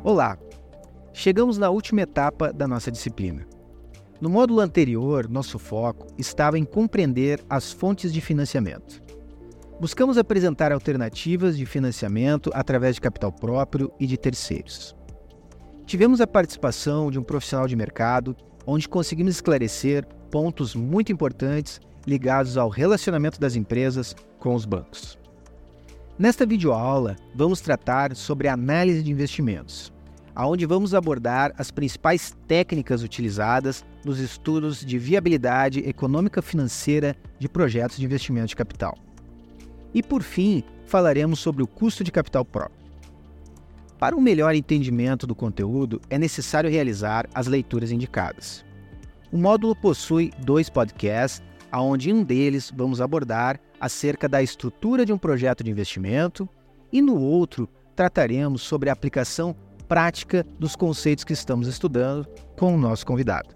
Olá! Chegamos na última etapa da nossa disciplina. No módulo anterior, nosso foco estava em compreender as fontes de financiamento. Buscamos apresentar alternativas de financiamento através de capital próprio e de terceiros. Tivemos a participação de um profissional de mercado, onde conseguimos esclarecer pontos muito importantes ligados ao relacionamento das empresas com os bancos. Nesta videoaula, vamos tratar sobre análise de investimentos, onde vamos abordar as principais técnicas utilizadas nos estudos de viabilidade econômica financeira de projetos de investimento de capital. E, por fim, falaremos sobre o custo de capital próprio. Para um melhor entendimento do conteúdo, é necessário realizar as leituras indicadas. O módulo possui 2 podcasts, onde em um deles vamos abordar acerca da estrutura de um projeto de investimento e no outro trataremos sobre a aplicação prática dos conceitos que estamos estudando com o nosso convidado.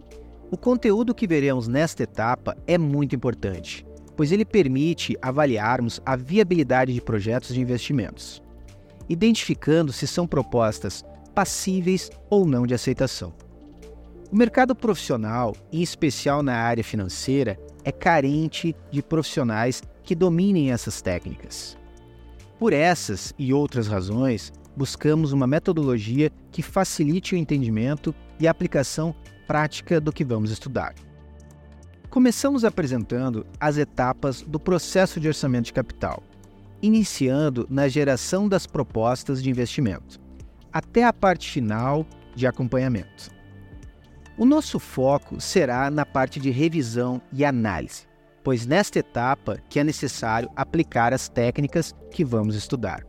O conteúdo que veremos nesta etapa é muito importante, pois ele permite avaliarmos a viabilidade de projetos de investimentos, identificando se são propostas passíveis ou não de aceitação. O mercado profissional, em especial na área financeira, é carente de profissionais que dominem essas técnicas. Por essas e outras razões, buscamos uma metodologia que facilite o entendimento e a aplicação prática do que vamos estudar. Começamos apresentando as etapas do processo de orçamento de capital, iniciando na geração das propostas de investimento, até a parte final de acompanhamento. O nosso foco será na parte de revisão e análise, pois nesta etapa que é necessário aplicar as técnicas que vamos estudar.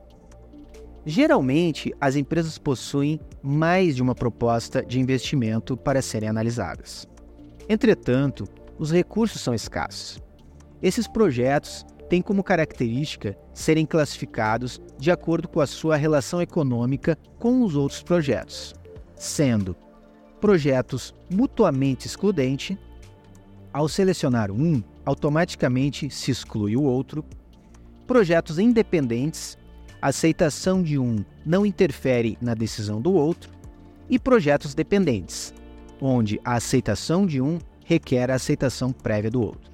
Geralmente, as empresas possuem mais de uma proposta de investimento para serem analisadas. Entretanto, os recursos são escassos. Esses projetos têm como característica serem classificados de acordo com a sua relação econômica com os outros projetos, sendo projetos mutuamente excludentes. Ao selecionar um, automaticamente se exclui o outro. Projetos independentes, a aceitação de um não interfere na decisão do outro. E projetos dependentes, onde a aceitação de um requer a aceitação prévia do outro.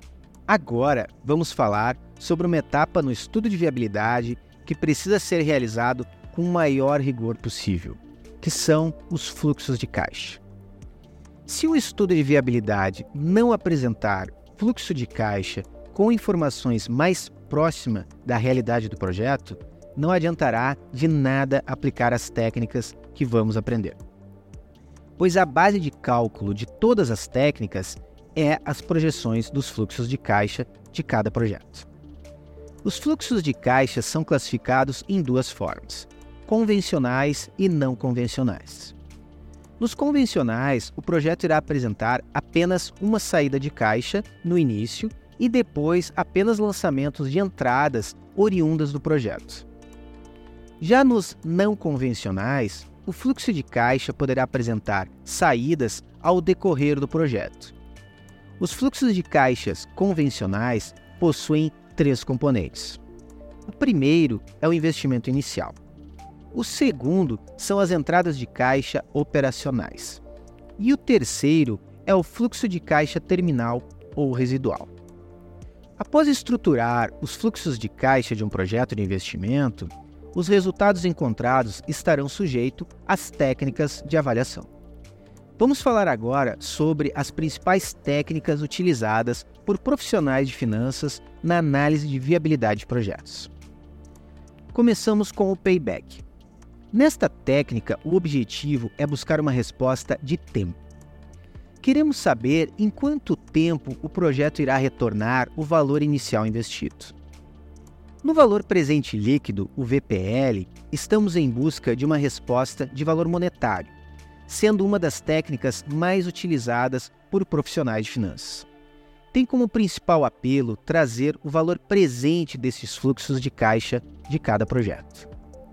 Agora, vamos falar sobre uma etapa no estudo de viabilidade que precisa ser realizado com o maior rigor possível, que são os fluxos de caixa. Se o estudo de viabilidade não apresentar fluxo de caixa com informações mais próximas da realidade do projeto, não adiantará de nada aplicar as técnicas que vamos aprender. Pois a base de cálculo de todas as técnicas é as projeções dos fluxos de caixa de cada projeto. Os fluxos de caixa são classificados em 2 formas: convencionais e não convencionais. Nos convencionais, o projeto irá apresentar apenas uma saída de caixa no início e depois apenas lançamentos de entradas oriundas do projeto. Já nos não convencionais, o fluxo de caixa poderá apresentar saídas ao decorrer do projeto. Os fluxos de caixas convencionais possuem 3 componentes. O primeiro é o investimento inicial. O segundo são as entradas de caixa operacionais. E o terceiro é o fluxo de caixa terminal ou residual. Após estruturar os fluxos de caixa de um projeto de investimento, os resultados encontrados estarão sujeitos às técnicas de avaliação. Vamos falar agora sobre as principais técnicas utilizadas por profissionais de finanças na análise de viabilidade de projetos. Começamos com o payback. Nesta técnica, o objetivo é buscar uma resposta de tempo. Queremos saber em quanto tempo o projeto irá retornar o valor inicial investido. No valor presente líquido, o VPL, estamos em busca de uma resposta de valor monetário, sendo uma das técnicas mais utilizadas por profissionais de finanças. Tem como principal apelo trazer o valor presente desses fluxos de caixa de cada projeto.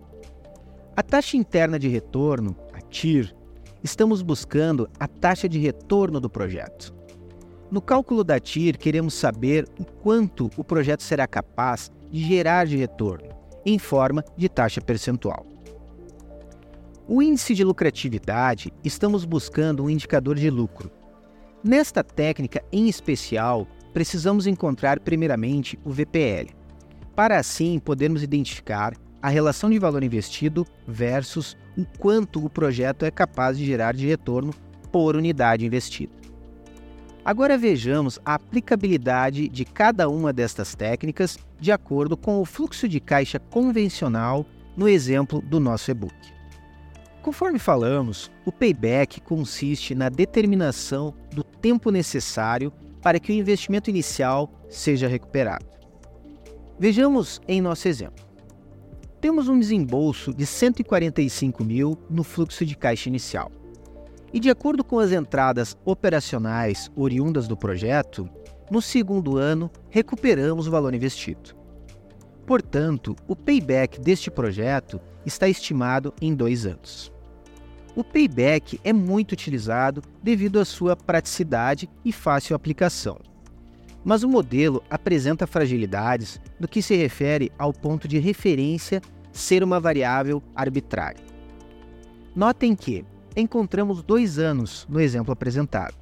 A taxa interna de retorno, a TIR, estamos buscando a taxa de retorno do projeto. No cálculo da TIR, queremos saber o quanto o projeto será capaz de gerar de retorno, em forma de taxa percentual. O índice de lucratividade, estamos buscando um indicador de lucro. Nesta técnica em especial, precisamos encontrar primeiramente o VPL, para assim podermos identificar a relação de valor investido versus o quanto o projeto é capaz de gerar de retorno por unidade investida. Agora vejamos a aplicabilidade de cada uma destas técnicas de acordo com o fluxo de caixa convencional no exemplo do nosso e-book. Conforme falamos, o payback consiste na determinação do tempo necessário para que o investimento inicial seja recuperado. Vejamos em nosso exemplo. Temos um desembolso de R$ 145 mil no fluxo de caixa inicial. E de acordo com as entradas operacionais oriundas do projeto, no segundo ano recuperamos o valor investido. Portanto, o payback deste projeto está estimado em 2 anos. O payback é muito utilizado devido à sua praticidade e fácil aplicação. Mas o modelo apresenta fragilidades no que se refere ao ponto de referência ser uma variável arbitrária. Notem que encontramos 2 anos no exemplo apresentado.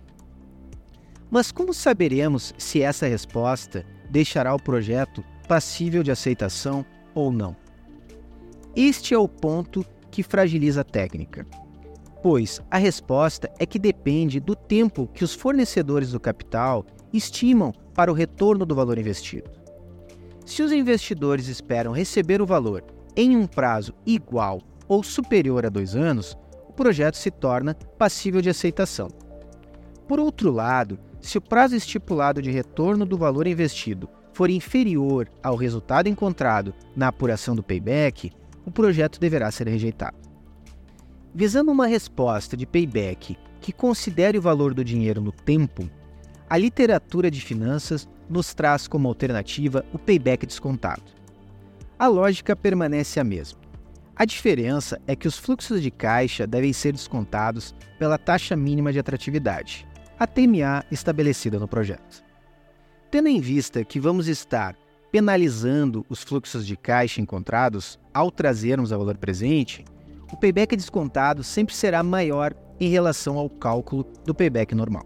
Mas como saberemos se essa resposta deixará o projeto passível de aceitação ou não? Este é o ponto que fragiliza a técnica, pois a resposta é que depende do tempo que os fornecedores do capital estimam para o retorno do valor investido. Se os investidores esperam receber o valor em um prazo igual ou superior a 2 anos, o projeto se torna passível de aceitação. Por outro lado, se o prazo estipulado de retorno do valor investido for inferior ao resultado encontrado na apuração do payback, o projeto deverá ser rejeitado. Visando uma resposta de payback que considere o valor do dinheiro no tempo, a literatura de finanças nos traz como alternativa o payback descontado. A lógica permanece a mesma. A diferença é que os fluxos de caixa devem ser descontados pela taxa mínima de atratividade, a TMA estabelecida no projeto. Tendo em vista que vamos estar penalizando os fluxos de caixa encontrados ao trazermos o valor presente, o payback descontado sempre será maior em relação ao cálculo do payback normal.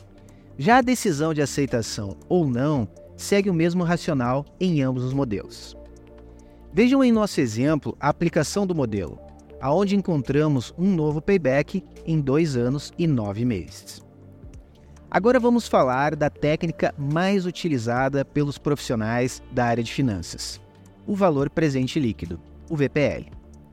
Já a decisão de aceitação ou não segue o mesmo racional em ambos os modelos. Vejam em nosso exemplo a aplicação do modelo, aonde encontramos um novo payback em 2 anos e 9 meses. Agora vamos falar da técnica mais utilizada pelos profissionais da área de finanças, o valor presente líquido, o VPL.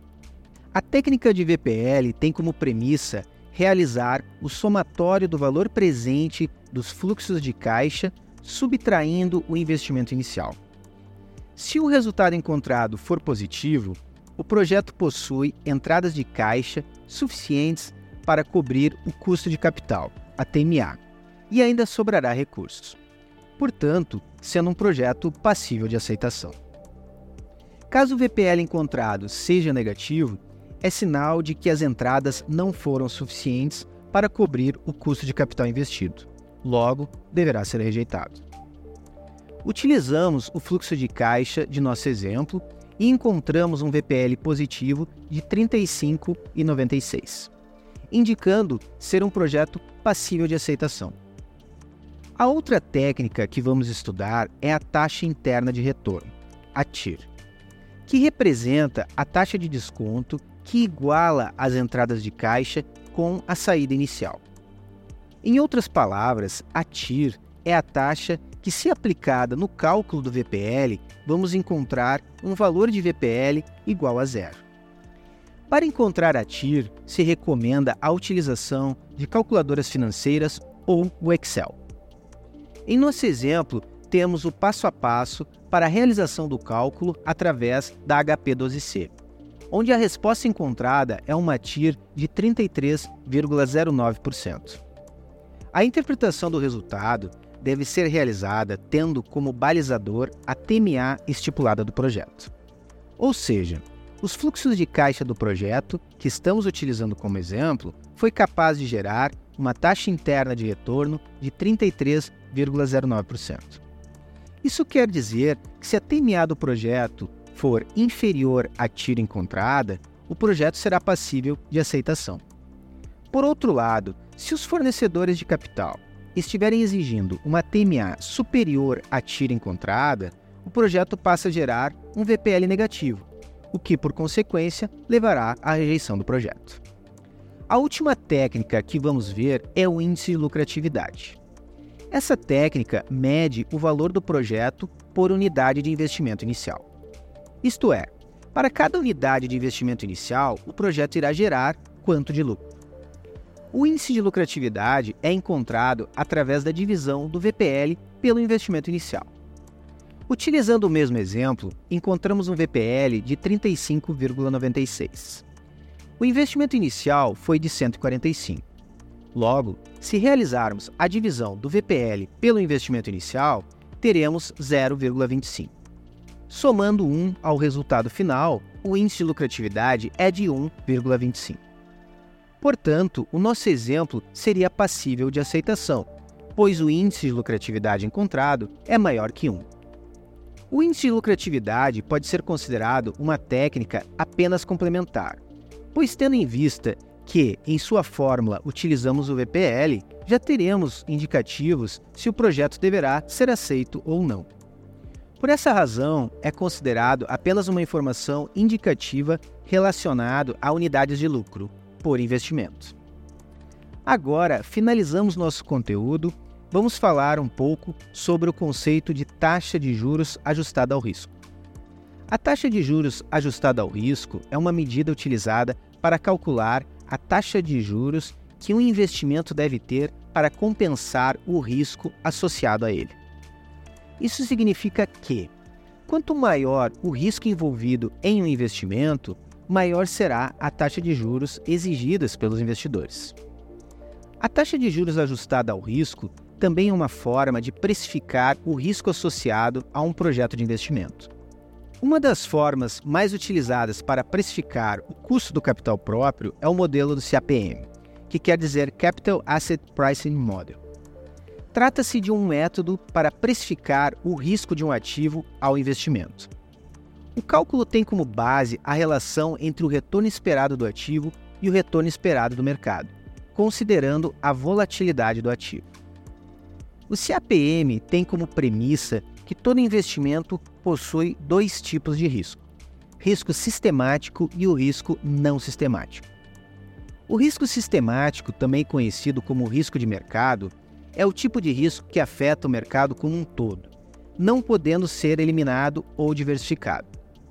A técnica de VPL tem como premissa realizar o somatório do valor presente dos fluxos de caixa, subtraindo o investimento inicial. Se o resultado encontrado for positivo, o projeto possui entradas de caixa suficientes para cobrir o custo de capital, a TMA, e ainda sobrará recursos, portanto, sendo um projeto passível de aceitação. Caso o VPL encontrado seja negativo, é sinal de que as entradas não foram suficientes para cobrir o custo de capital investido. Logo, deverá ser rejeitado. Utilizamos o fluxo de caixa de nosso exemplo e encontramos um VPL positivo de 35,96, indicando ser um projeto passível de aceitação. A outra técnica que vamos estudar é a taxa interna de retorno, a TIR, que representa a taxa de desconto que iguala as entradas de caixa com a saída inicial. Em outras palavras, a TIR é a taxa que, se aplicada no cálculo do VPL, vamos encontrar um valor de VPL igual a 0. Para encontrar a TIR, se recomenda a utilização de calculadoras financeiras ou o Excel. Em nosso exemplo, temos o passo a passo para a realização do cálculo através da HP12C, onde a resposta encontrada é uma TIR de 33,09%. A interpretação do resultado deve ser realizada tendo como balizador a TMA estipulada do projeto. Ou seja, os fluxos de caixa do projeto, que estamos utilizando como exemplo, foi capaz de gerar uma taxa interna de retorno de 33,09%. Isso quer dizer que se a TMA do projeto for inferior à TIR encontrada, o projeto será passível de aceitação. Por outro lado, se os fornecedores de capital estiverem exigindo uma TMA superior à TIR encontrada, o projeto passa a gerar um VPL negativo, o que, por consequência, levará à rejeição do projeto. A última técnica que vamos ver é o índice de lucratividade. Essa técnica mede o valor do projeto por unidade de investimento inicial. Isto é, para cada unidade de investimento inicial, o projeto irá gerar quanto de lucro. O índice de lucratividade é encontrado através da divisão do VPL pelo investimento inicial. Utilizando o mesmo exemplo, encontramos um VPL de 35,96. O investimento inicial foi de 145. Logo, se realizarmos a divisão do VPL pelo investimento inicial, teremos 0,25. Somando 1 ao resultado final, o índice de lucratividade é de 1,25. Portanto, o nosso exemplo seria passível de aceitação, pois o índice de lucratividade encontrado é maior que 1. O índice de lucratividade pode ser considerado uma técnica apenas complementar, pois tendo em vista que, em sua fórmula, utilizamos o VPL, já teremos indicativos se o projeto deverá ser aceito ou não. Por essa razão, é considerado apenas uma informação indicativa relacionada a unidades de lucro por investimento. Agora, finalizamos nosso conteúdo, vamos falar um pouco sobre o conceito de taxa de juros ajustada ao risco. A taxa de juros ajustada ao risco é uma medida utilizada para calcular a taxa de juros que um investimento deve ter para compensar o risco associado a ele. Isso significa que, quanto maior o risco envolvido em um investimento, maior será a taxa de juros exigidas pelos investidores. A taxa de juros ajustada ao risco também é uma forma de precificar o risco associado a um projeto de investimento. Uma das formas mais utilizadas para precificar o custo do capital próprio é o modelo do CAPM, que quer dizer Capital Asset Pricing Model. Trata-se de um método para precificar o risco de um ativo ao investimento. O cálculo tem como base a relação entre o retorno esperado do ativo e o retorno esperado do mercado, considerando a volatilidade do ativo. O CAPM tem como premissa que todo investimento possui dois tipos de risco: risco sistemático e o risco não sistemático. O risco sistemático, também conhecido como risco de mercado, é o tipo de risco que afeta o mercado como um todo, não podendo ser eliminado ou diversificado.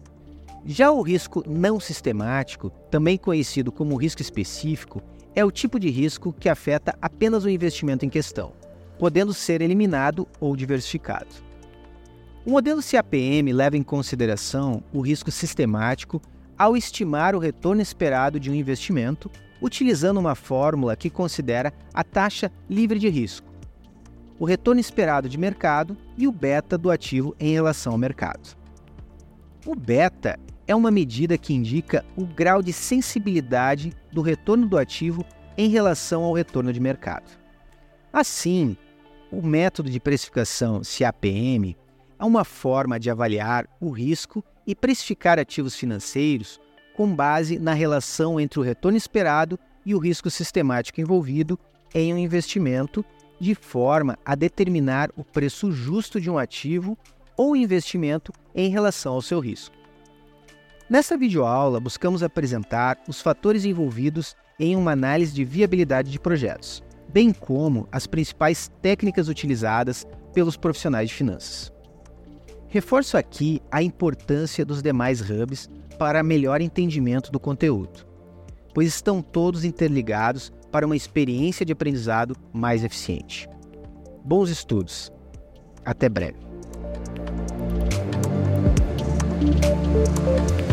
Já o risco não sistemático, também conhecido como risco específico, é o tipo de risco que afeta apenas o investimento em questão, podendo ser eliminado ou diversificado. O modelo CAPM leva em consideração o risco sistemático ao estimar o retorno esperado de um investimento, utilizando uma fórmula que considera a taxa livre de risco, o retorno esperado de mercado e o beta do ativo em relação ao mercado. O beta é uma medida que indica o grau de sensibilidade do retorno do ativo em relação ao retorno de mercado. Assim, o método de precificação CAPM é uma forma de avaliar o risco e precificar ativos financeiros com base na relação entre o retorno esperado e o risco sistemático envolvido em um investimento, de forma a determinar o preço justo de um ativo ou investimento em relação ao seu risco. Nesta videoaula, buscamos apresentar os fatores envolvidos em uma análise de viabilidade de projetos, bem como as principais técnicas utilizadas pelos profissionais de finanças. Reforço aqui a importância dos demais hubs para melhor entendimento do conteúdo, pois estão todos interligados para uma experiência de aprendizado mais eficiente. Bons estudos! Até breve!